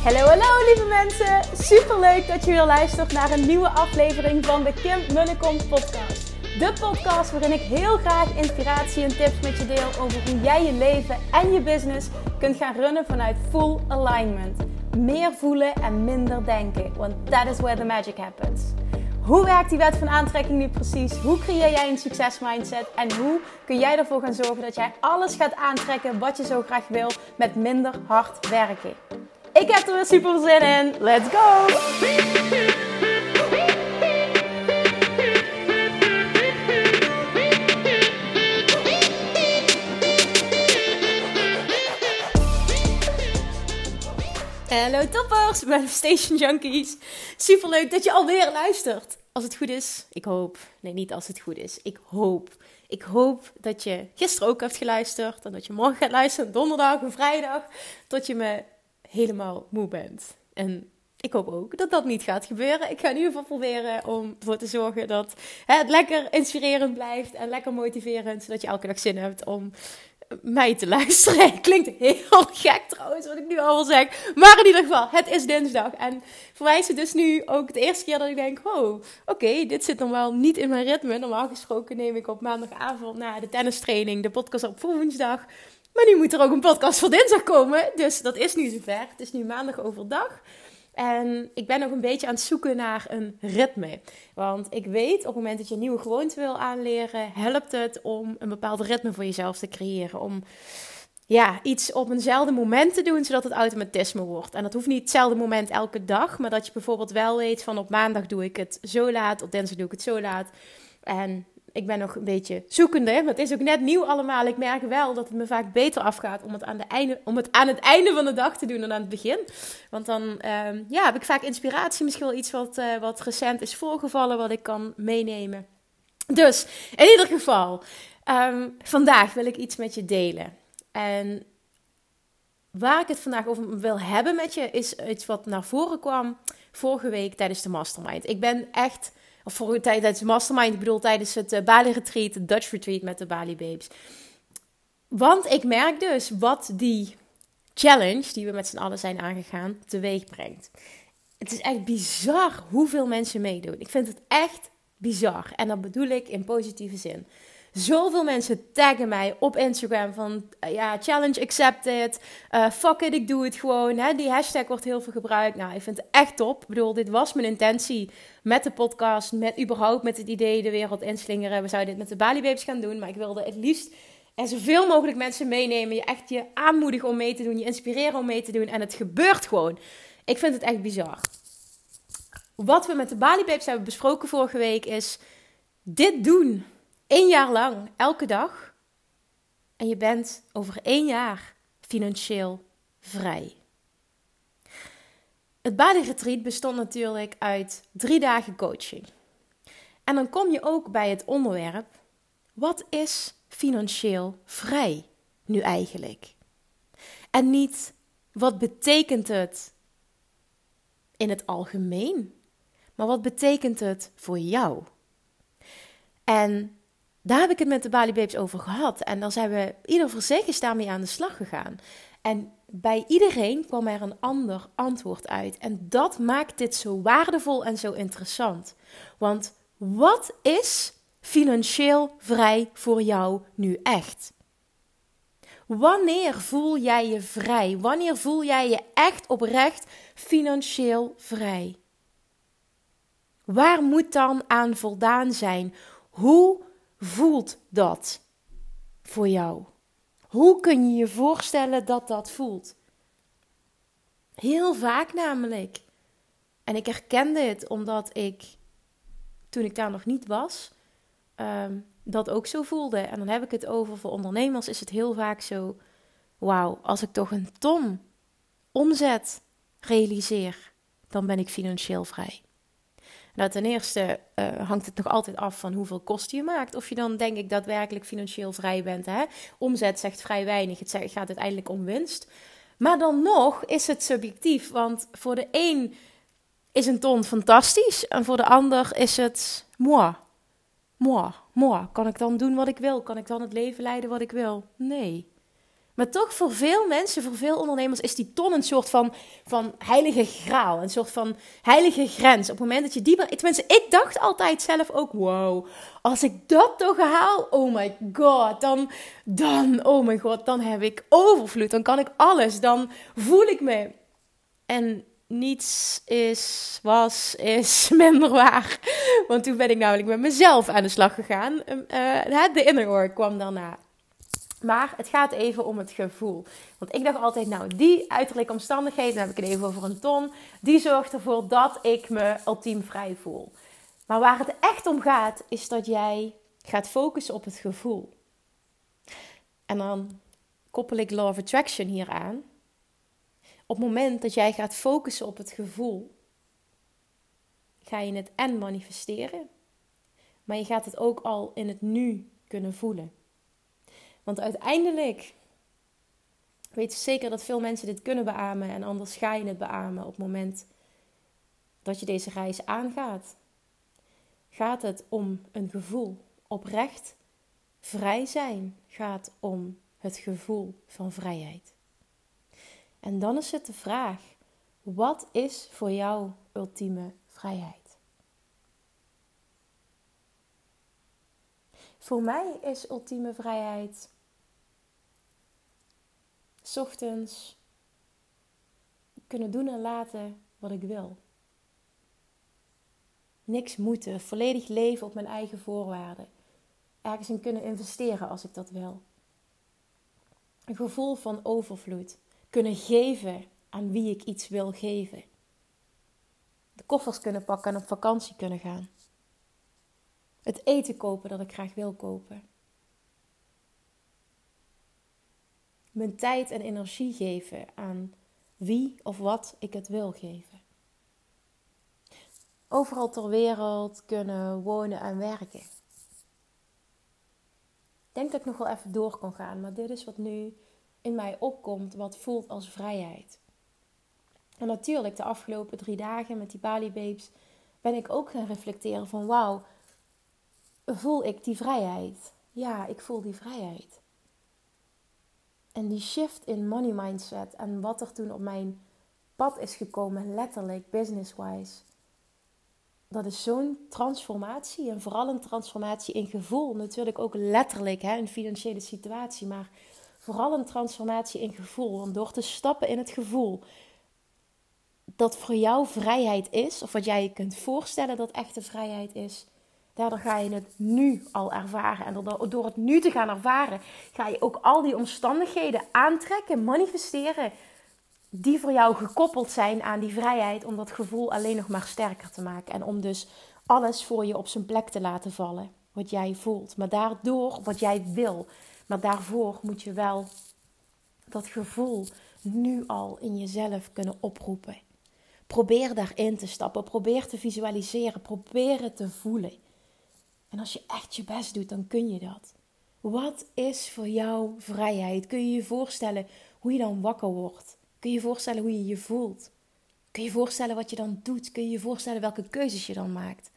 Hallo lieve mensen, superleuk dat je weer luistert naar een nieuwe aflevering van de Kim Munnekom podcast. De podcast waarin ik heel graag inspiratie en tips met je deel over hoe jij je leven en je business kunt gaan runnen vanuit full alignment. Meer voelen en minder denken, want that is where the magic happens. Hoe werkt die wet van aantrekking nu precies? Hoe creëer jij een succesmindset? En hoe kun jij ervoor gaan zorgen dat jij alles gaat aantrekken wat je zo graag wil met minder hard werken? Ik heb er weer super zin in. Let's go! Hallo toppers, Manifestation Junkies. Super leuk dat je alweer luistert. Als het goed is, ik hoop. Nee, niet als het goed is. Ik hoop. Ik hoop dat je gisteren ook hebt geluisterd. En dat je morgen gaat luisteren, donderdag en vrijdag. Tot je me helemaal moe bent. En ik hoop ook dat dat niet gaat gebeuren. Ik ga in ieder geval proberen om ervoor te zorgen dat het lekker inspirerend blijft. En lekker motiverend. Zodat je elke dag zin hebt om mij te luisteren. Klinkt heel gek trouwens wat ik nu allemaal zeg. Maar in ieder geval, het is dinsdag. En voor mij is het dus nu ook de eerste keer dat ik denk... Oh, oké, dit zit dan wel niet in mijn ritme. Normaal gesproken neem ik op maandagavond na de tennistraining de podcast op voor woensdag. Maar nu moet er ook een podcast voor dinsdag komen. Dus dat is nu zover. Het is nu maandag overdag. En ik ben nog een beetje aan het zoeken naar een ritme. Want ik weet, op het moment dat je een nieuwe gewoonte wil aanleren, helpt het om een bepaald ritme voor jezelf te creëren. Om iets op eenzelfde moment te doen, zodat het automatisme wordt. En dat hoeft niet hetzelfde moment elke dag. Maar dat je bijvoorbeeld wel weet van op maandag doe ik het zo laat, op dinsdag doe ik het zo laat. En ik ben nog een beetje zoekende. Maar het is ook net nieuw allemaal. Ik merk wel dat het me vaak beter afgaat om het aan het einde van de dag te doen dan aan het begin. Want dan heb ik vaak inspiratie. Misschien wel iets wat recent is voorgevallen. Wat ik kan meenemen. Dus in ieder geval. Vandaag wil ik iets met je delen. En waar ik het vandaag over wil hebben met je. Is iets wat naar voren kwam vorige week tijdens de Mastermind. Ik ben echt... Of vorige tijd tijdens de Mastermind, ik bedoel tijdens het Bali Retreat, het Dutch Retreat met de Bali Babes. Want ik merk dus wat die challenge, die we met z'n allen zijn aangegaan, teweeg brengt. Het is echt bizar hoeveel mensen meedoen. Ik vind het echt bizar. En dat bedoel ik in positieve zin. Zoveel mensen taggen mij op Instagram van challenge accepted, fuck it, ik doe het gewoon. Hè? Die hashtag wordt heel veel gebruikt. Nou, ik vind het echt top. Ik bedoel, dit was mijn intentie met de podcast, met überhaupt met het idee de wereld inslingeren. We zouden dit met de Bali Babes gaan doen, maar ik wilde het liefst en zoveel mogelijk mensen meenemen. Je aanmoedigen om mee te doen, je inspireren om mee te doen. En het gebeurt gewoon. Ik vind het echt bizar. Wat we met de Bali Babes hebben besproken vorige week is dit doen. 1 jaar lang, elke dag. En je bent over 1 jaar financieel vrij. Het Bali Retreat bestond natuurlijk uit 3 dagen coaching. En dan kom je ook bij het onderwerp, wat is financieel vrij nu eigenlijk? En niet, wat betekent het in het algemeen? Maar wat betekent het voor jou? En daar heb ik het met de Bali Babes over gehad. En dan zijn we ieder voor zich is daarmee aan de slag gegaan. En bij iedereen kwam er een ander antwoord uit. En dat maakt dit zo waardevol en zo interessant. Want wat is financieel vrij voor jou nu echt? Wanneer voel jij je vrij? Wanneer voel jij je echt oprecht financieel vrij? Waar moet dan aan voldaan zijn? Hoe voelt dat voor jou? Hoe kun je je voorstellen dat dat voelt? Heel vaak namelijk. En ik herkende het omdat ik, toen ik daar nog niet was, dat ook zo voelde. En dan heb ik het over, voor ondernemers is het heel vaak zo, wauw, als ik toch 1 ton omzet realiseer, dan ben ik financieel vrij. Nou, ten eerste hangt het nog altijd af van hoeveel kosten je maakt. Of je dan, denk ik, daadwerkelijk financieel vrij bent. Hè? Omzet zegt vrij weinig. Het gaat uiteindelijk om winst. Maar dan nog is het subjectief. Want voor de een is 1 ton fantastisch. En voor de ander is het moi. Kan ik dan doen wat ik wil? Kan ik dan het leven leiden wat ik wil? Nee. Maar toch voor veel mensen, voor veel ondernemers is die ton een soort van heilige graal. Een soort van heilige grens. Op het moment dat je die... Tenminste, ik dacht altijd zelf ook, wow, als ik dat toch haal, oh my god, oh my god, dan heb ik overvloed. Dan kan ik alles, dan voel ik me. En niets is minder waar. Want toen ben ik namelijk met mezelf aan de slag gegaan. De inner work kwam daarna. Maar het gaat even om het gevoel. Want ik dacht altijd, nou, die uiterlijke omstandigheden, dan heb ik het even over een ton, die zorgt ervoor dat ik me ultiem vrij voel. Maar waar het echt om gaat, is dat jij gaat focussen op het gevoel. En dan koppel ik Law of Attraction hier aan. Op het moment dat jij gaat focussen op het gevoel, ga je het en manifesteren, maar je gaat het ook al in het nu kunnen voelen. Want uiteindelijk weet je zeker dat veel mensen dit kunnen beamen en anders ga je het beamen op het moment dat je deze reis aangaat. Gaat het om een gevoel, oprecht vrij zijn gaat om het gevoel van vrijheid. En dan is het de vraag, wat is voor jou ultieme vrijheid? Voor mij is ultieme vrijheid 's ochtends kunnen doen en laten wat ik wil. Niks moeten, volledig leven op mijn eigen voorwaarden. Ergens in kunnen investeren als ik dat wil. Een gevoel van overvloed. Kunnen geven aan wie ik iets wil geven. De koffers kunnen pakken en op vakantie kunnen gaan. Het eten kopen dat ik graag wil kopen. Mijn tijd en energie geven aan wie of wat ik het wil geven. Overal ter wereld kunnen wonen en werken. Ik denk dat ik nog wel even door kan gaan, maar dit is wat nu in mij opkomt, wat voelt als vrijheid. En natuurlijk, de afgelopen 3 dagen met die Bali Babes ben ik ook gaan reflecteren van wauw, voel ik die vrijheid? Ja, ik voel die vrijheid. En die shift in money mindset en wat er toen op mijn pad is gekomen, letterlijk, business-wise. Dat is zo'n transformatie en vooral een transformatie in gevoel. Natuurlijk ook letterlijk, een financiële situatie, maar vooral een transformatie in gevoel. Want door te stappen in het gevoel dat voor jou vrijheid is, of wat jij je kunt voorstellen dat echte vrijheid is, daardoor ga je het nu al ervaren. En door het nu te gaan ervaren, ga je ook al die omstandigheden aantrekken, manifesteren, die voor jou gekoppeld zijn aan die vrijheid, om dat gevoel alleen nog maar sterker te maken. En om dus alles voor je op zijn plek te laten vallen, wat jij voelt. Maar daardoor wat jij wil. Maar daarvoor moet je wel dat gevoel nu al in jezelf kunnen oproepen. Probeer daarin te stappen, probeer te visualiseren, probeer het te voelen. En als je echt je best doet, dan kun je dat. Wat is voor jou vrijheid? Kun je je voorstellen hoe je dan wakker wordt? Kun je je voorstellen hoe je je voelt? Kun je je voorstellen wat je dan doet? Kun je je voorstellen welke keuzes je dan maakt?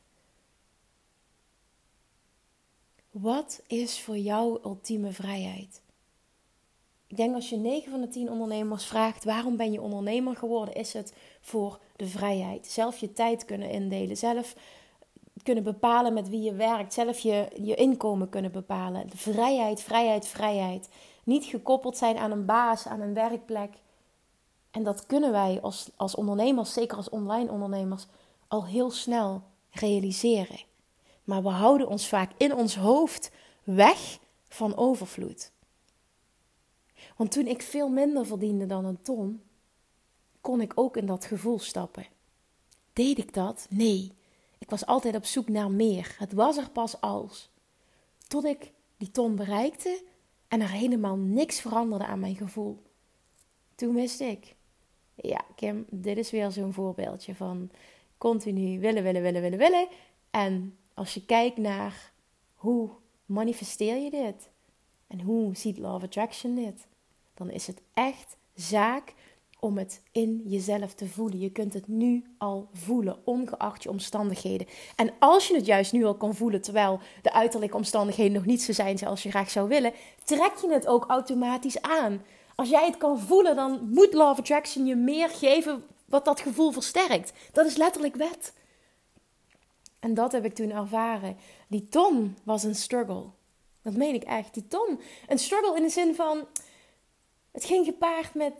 Wat is voor jou ultieme vrijheid? Ik denk als je 9 van de 10 ondernemers vraagt, waarom ben je ondernemer geworden? Is het voor de vrijheid. Zelf je tijd kunnen indelen. Zelf kunnen bepalen met wie je werkt. Zelf je inkomen kunnen bepalen. Vrijheid, vrijheid, vrijheid. Niet gekoppeld zijn aan een baas, aan een werkplek. En dat kunnen wij als ondernemers, zeker als online ondernemers, al heel snel realiseren. Maar we houden ons vaak in ons hoofd weg van overvloed. Want toen ik veel minder verdiende dan een ton, kon ik ook in dat gevoel stappen. Deed ik dat? Nee. Ik was altijd op zoek naar meer. Het was er pas als. Tot ik die ton bereikte en er helemaal niks veranderde aan mijn gevoel. Toen wist ik, ja Kim, dit is weer zo'n voorbeeldje van continu willen. En als je kijkt naar hoe manifesteer je dit? En hoe ziet Law of Attraction dit? Dan is het echt zaak om het in jezelf te voelen. Je kunt het nu al voelen, ongeacht je omstandigheden. En als je het juist nu al kan voelen, terwijl de uiterlijke omstandigheden nog niet zo zijn zoals je graag zou willen, trek je het ook automatisch aan. Als jij het kan voelen, dan moet Law of Attraction je meer geven wat dat gevoel versterkt. Dat is letterlijk wet. En dat heb ik toen ervaren. Die ton was een struggle. Dat meen ik echt. Die ton, een struggle in de zin van, het ging gepaard met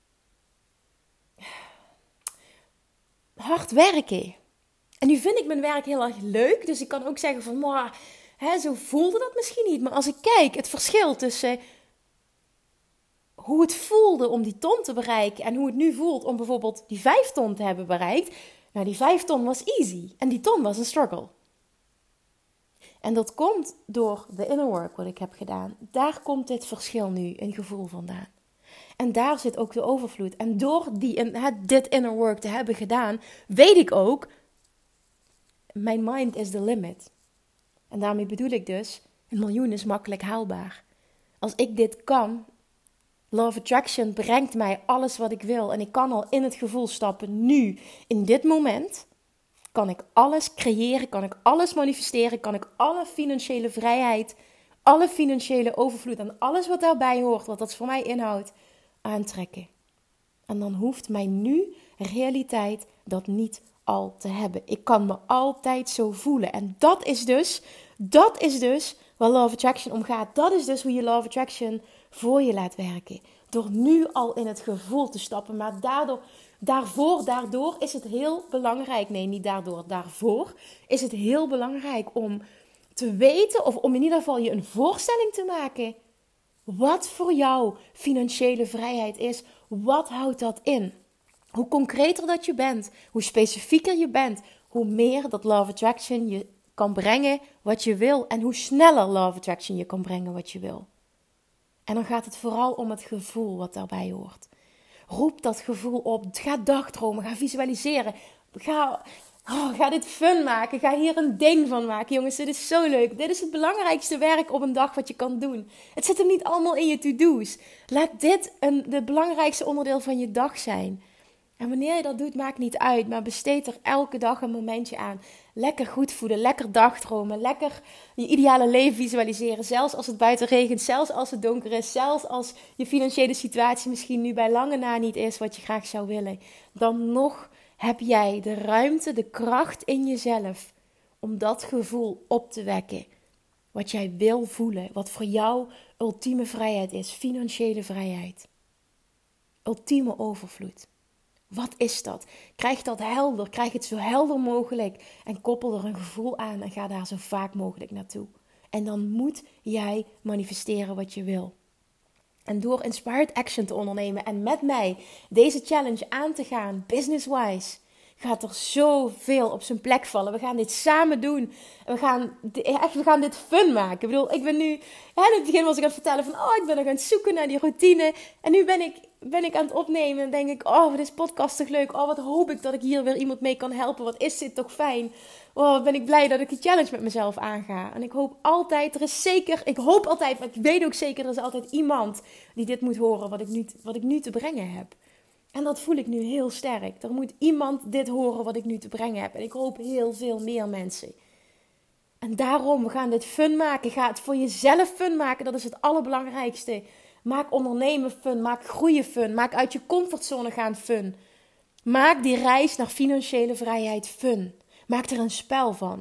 hard werken. En nu vind ik mijn werk heel erg leuk. Dus ik kan ook zeggen van, zo voelde dat misschien niet. Maar als ik kijk, het verschil tussen hoe het voelde om die ton te bereiken en hoe het nu voelt om bijvoorbeeld die 5 ton te hebben bereikt. Nou, die 5 ton was easy en die ton was een struggle. En dat komt door de inner work wat ik heb gedaan. Daar komt dit verschil nu in gevoel vandaan. En daar zit ook de overvloed. En door dit inner work te hebben gedaan, weet ik ook, mijn mind is the limit. En daarmee bedoel ik dus, 1 miljoen is makkelijk haalbaar. Als ik dit kan, Law of Attraction brengt mij alles wat ik wil. En ik kan al in het gevoel stappen nu, in dit moment. Kan ik alles creëren, kan ik alles manifesteren, kan ik alle financiële vrijheid, alle financiële overvloed en alles wat daarbij hoort, wat dat voor mij inhoudt, aantrekken. En dan hoeft mij nu realiteit dat niet al te hebben. Ik kan me altijd zo voelen. En dat is dus waar Law of Attraction om gaat. Dat is dus hoe je Law of Attraction voor je laat werken. Door nu al in het gevoel te stappen. Maar daardoor is het heel belangrijk. Nee, niet daardoor. Daarvoor is het heel belangrijk om te weten, of om in ieder geval je een voorstelling te maken, wat voor jou financiële vrijheid is. Wat houdt dat in? Hoe concreter dat je bent, hoe specifieker je bent, hoe meer dat Law of Attraction je kan brengen wat je wil. En hoe sneller Law of Attraction je kan brengen wat je wil. En dan gaat het vooral om het gevoel wat daarbij hoort. Roep dat gevoel op. Ga dagdromen, ga visualiseren. Ga dit fun maken. Ga hier een ding van maken. Jongens, dit is zo leuk. Dit is het belangrijkste werk op een dag wat je kan doen. Het zit hem niet allemaal in je to-do's. Laat dit het belangrijkste onderdeel van je dag zijn. En wanneer je dat doet, maakt niet uit. Maar besteed er elke dag een momentje aan. Lekker goed voelen, lekker dagdromen. Lekker je ideale leven visualiseren. Zelfs als het buiten regent, zelfs als het donker is. Zelfs als je financiële situatie misschien nu bij lange na niet is wat je graag zou willen. Dan nog heb jij de ruimte, de kracht in jezelf om dat gevoel op te wekken. Wat jij wil voelen. Wat voor jou ultieme vrijheid is. Financiële vrijheid. Ultieme overvloed. Wat is dat? Krijg dat helder. Krijg het zo helder mogelijk. En koppel er een gevoel aan. En ga daar zo vaak mogelijk naartoe. En dan moet jij manifesteren wat je wil. En door Inspired Action te ondernemen en met mij deze challenge aan te gaan, business-wise, gaat er zoveel op zijn plek vallen. We gaan dit samen doen. We gaan dit fun maken. Ik bedoel, ik ben nu, in het begin was ik aan het vertellen van, ik ben nog aan het zoeken naar die routine. En nu ben ik aan het opnemen en denk ik, wat is podcast toch leuk. Wat hoop ik dat ik hier weer iemand mee kan helpen. Wat is dit toch fijn. Wat ben ik blij dat ik die challenge met mezelf aanga. En ik hoop altijd, maar ik weet ook zeker, er is altijd iemand die dit moet horen wat ik nu te brengen heb. En dat voel ik nu heel sterk. Er moet iemand dit horen wat ik nu te brengen heb. En ik hoop heel veel meer mensen. En daarom, we gaan dit fun maken. Ga het voor jezelf fun maken. Dat is het allerbelangrijkste. Maak ondernemen fun. Maak groeien fun. Maak uit je comfortzone gaan fun. Maak die reis naar financiële vrijheid fun. Maak er een spel van.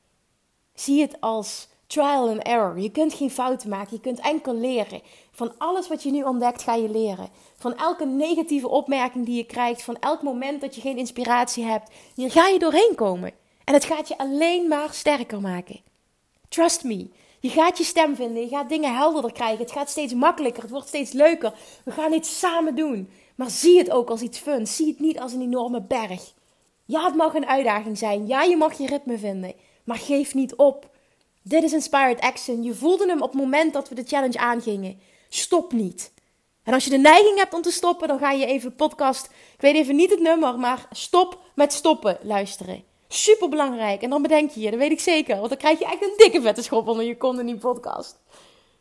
Zie het als trial and error. Je kunt geen fouten maken. Je kunt enkel leren. Van alles wat je nu ontdekt ga je leren. Van elke negatieve opmerking die je krijgt. Van elk moment dat je geen inspiratie hebt. Hier ga je doorheen komen. En het gaat je alleen maar sterker maken. Trust me. Je gaat je stem vinden. Je gaat dingen helderder krijgen. Het gaat steeds makkelijker. Het wordt steeds leuker. We gaan dit samen doen. Maar zie het ook als iets fun. Zie het niet als een enorme berg. Ja, het mag een uitdaging zijn. Ja, je mag je ritme vinden. Maar geef niet op. Dit is Inspired Action. Je voelde hem op het moment dat we de challenge aangingen. Stop niet. En als je de neiging hebt om te stoppen, dan ga je even podcast, ik weet even niet het nummer, maar stop met stoppen luisteren. Super belangrijk. En dan bedenk je, dat weet ik zeker, want dan krijg je echt een dikke vette schop onder je kont in die podcast.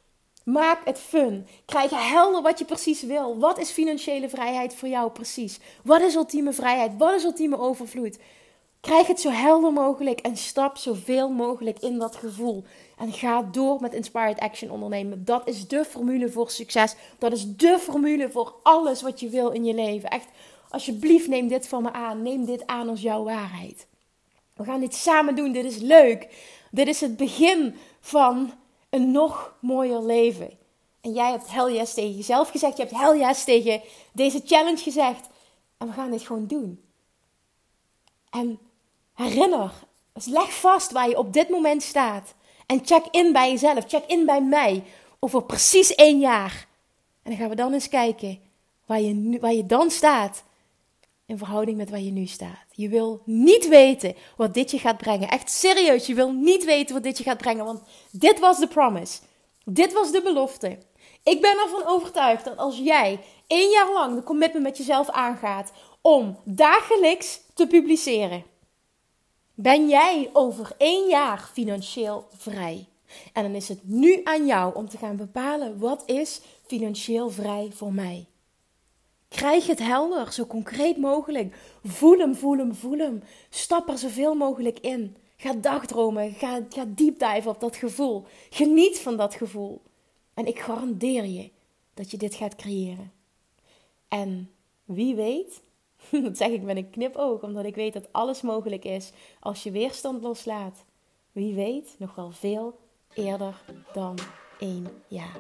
Maak het fun. Krijg helder wat je precies wil. Wat is financiële vrijheid voor jou precies? Wat is ultieme vrijheid? Wat is ultieme overvloed? Krijg het zo helder mogelijk en stap zoveel mogelijk in dat gevoel. En ga door met Inspired Action ondernemen. Dat is de formule voor succes. Dat is de formule voor alles wat je wil in je leven. Echt, alsjeblieft neem dit van me aan. Neem dit aan als jouw waarheid. We gaan dit samen doen. Dit is leuk. Dit is het begin van een nog mooier leven. En jij hebt hell yes tegen jezelf gezegd. Je hebt hell yes tegen deze challenge gezegd. En we gaan dit gewoon doen. En herinner, dus leg vast waar je op dit moment staat. En check in bij jezelf. Check in bij mij. Over precies 1 jaar. En dan gaan we dan eens kijken waar je dan staat. In verhouding met waar je nu staat. Je wil niet weten wat dit je gaat brengen. Echt serieus, je wil niet weten wat dit je gaat brengen. Want dit was de promise. Dit was de belofte. Ik ben ervan overtuigd dat als jij 1 jaar lang de commitment met jezelf aangaat om dagelijks te publiceren, ben jij over 1 jaar financieel vrij. En dan is het nu aan jou om te gaan bepalen wat is financieel vrij voor mij. Krijg het helder, zo concreet mogelijk. Voel hem, voel hem, voel hem. Stap er zoveel mogelijk in. Ga dagdromen, ga deep dive op dat gevoel. Geniet van dat gevoel. En ik garandeer je dat je dit gaat creëren. En wie weet, dat zeg ik met een knipoog, omdat ik weet dat alles mogelijk is als je weerstand loslaat. Wie weet, nog wel veel eerder dan 1 jaar.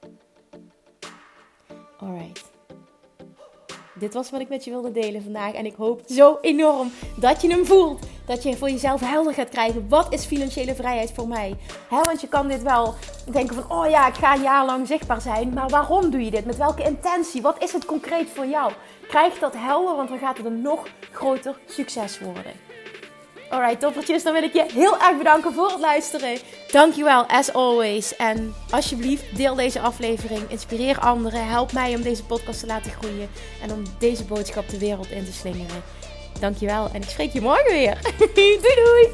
Alright. Dit was wat ik met je wilde delen vandaag. En ik hoop zo enorm dat je hem voelt. Dat je voor jezelf helder gaat krijgen. Wat is financiële vrijheid voor mij? Want je kan dit wel denken van, oh ja, ik ga 1 jaar lang zichtbaar zijn. Maar waarom doe je dit? Met welke intentie? Wat is het concreet voor jou? Krijg dat helder, want dan gaat het een nog groter succes worden. Alright, toppertjes, dan wil ik je heel erg bedanken voor het luisteren. Dankjewel, as always. En alsjeblieft, deel deze aflevering. Inspireer anderen. Help mij om deze podcast te laten groeien. En om deze boodschap de wereld in te slingeren. Dankjewel en ik spreek je morgen weer. Doei doei!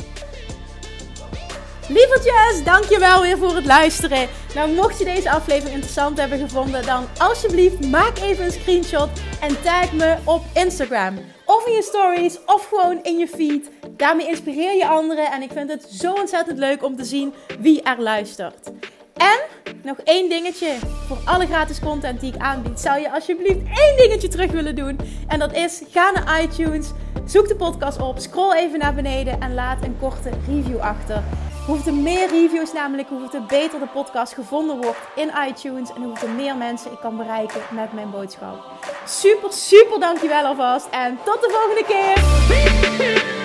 Lievertjes, dankjewel weer voor het luisteren. Nou, mocht je deze aflevering interessant hebben gevonden, dan alsjeblieft maak even een screenshot en tag me op Instagram. Of in je stories, of gewoon in je feed. Daarmee inspireer je anderen en ik vind het zo ontzettend leuk om te zien wie er luistert. En nog 1 dingetje. Voor alle gratis content die ik aanbied, zou je alsjeblieft 1 dingetje terug willen doen. En dat is, ga naar iTunes, zoek de podcast op, scroll even naar beneden en laat een korte review achter. Hoeveel meer reviews namelijk, hoeveel beter de podcast gevonden wordt in iTunes. En hoeveel meer mensen ik kan bereiken met mijn boodschap. Super, super dankjewel alvast. En tot de volgende keer.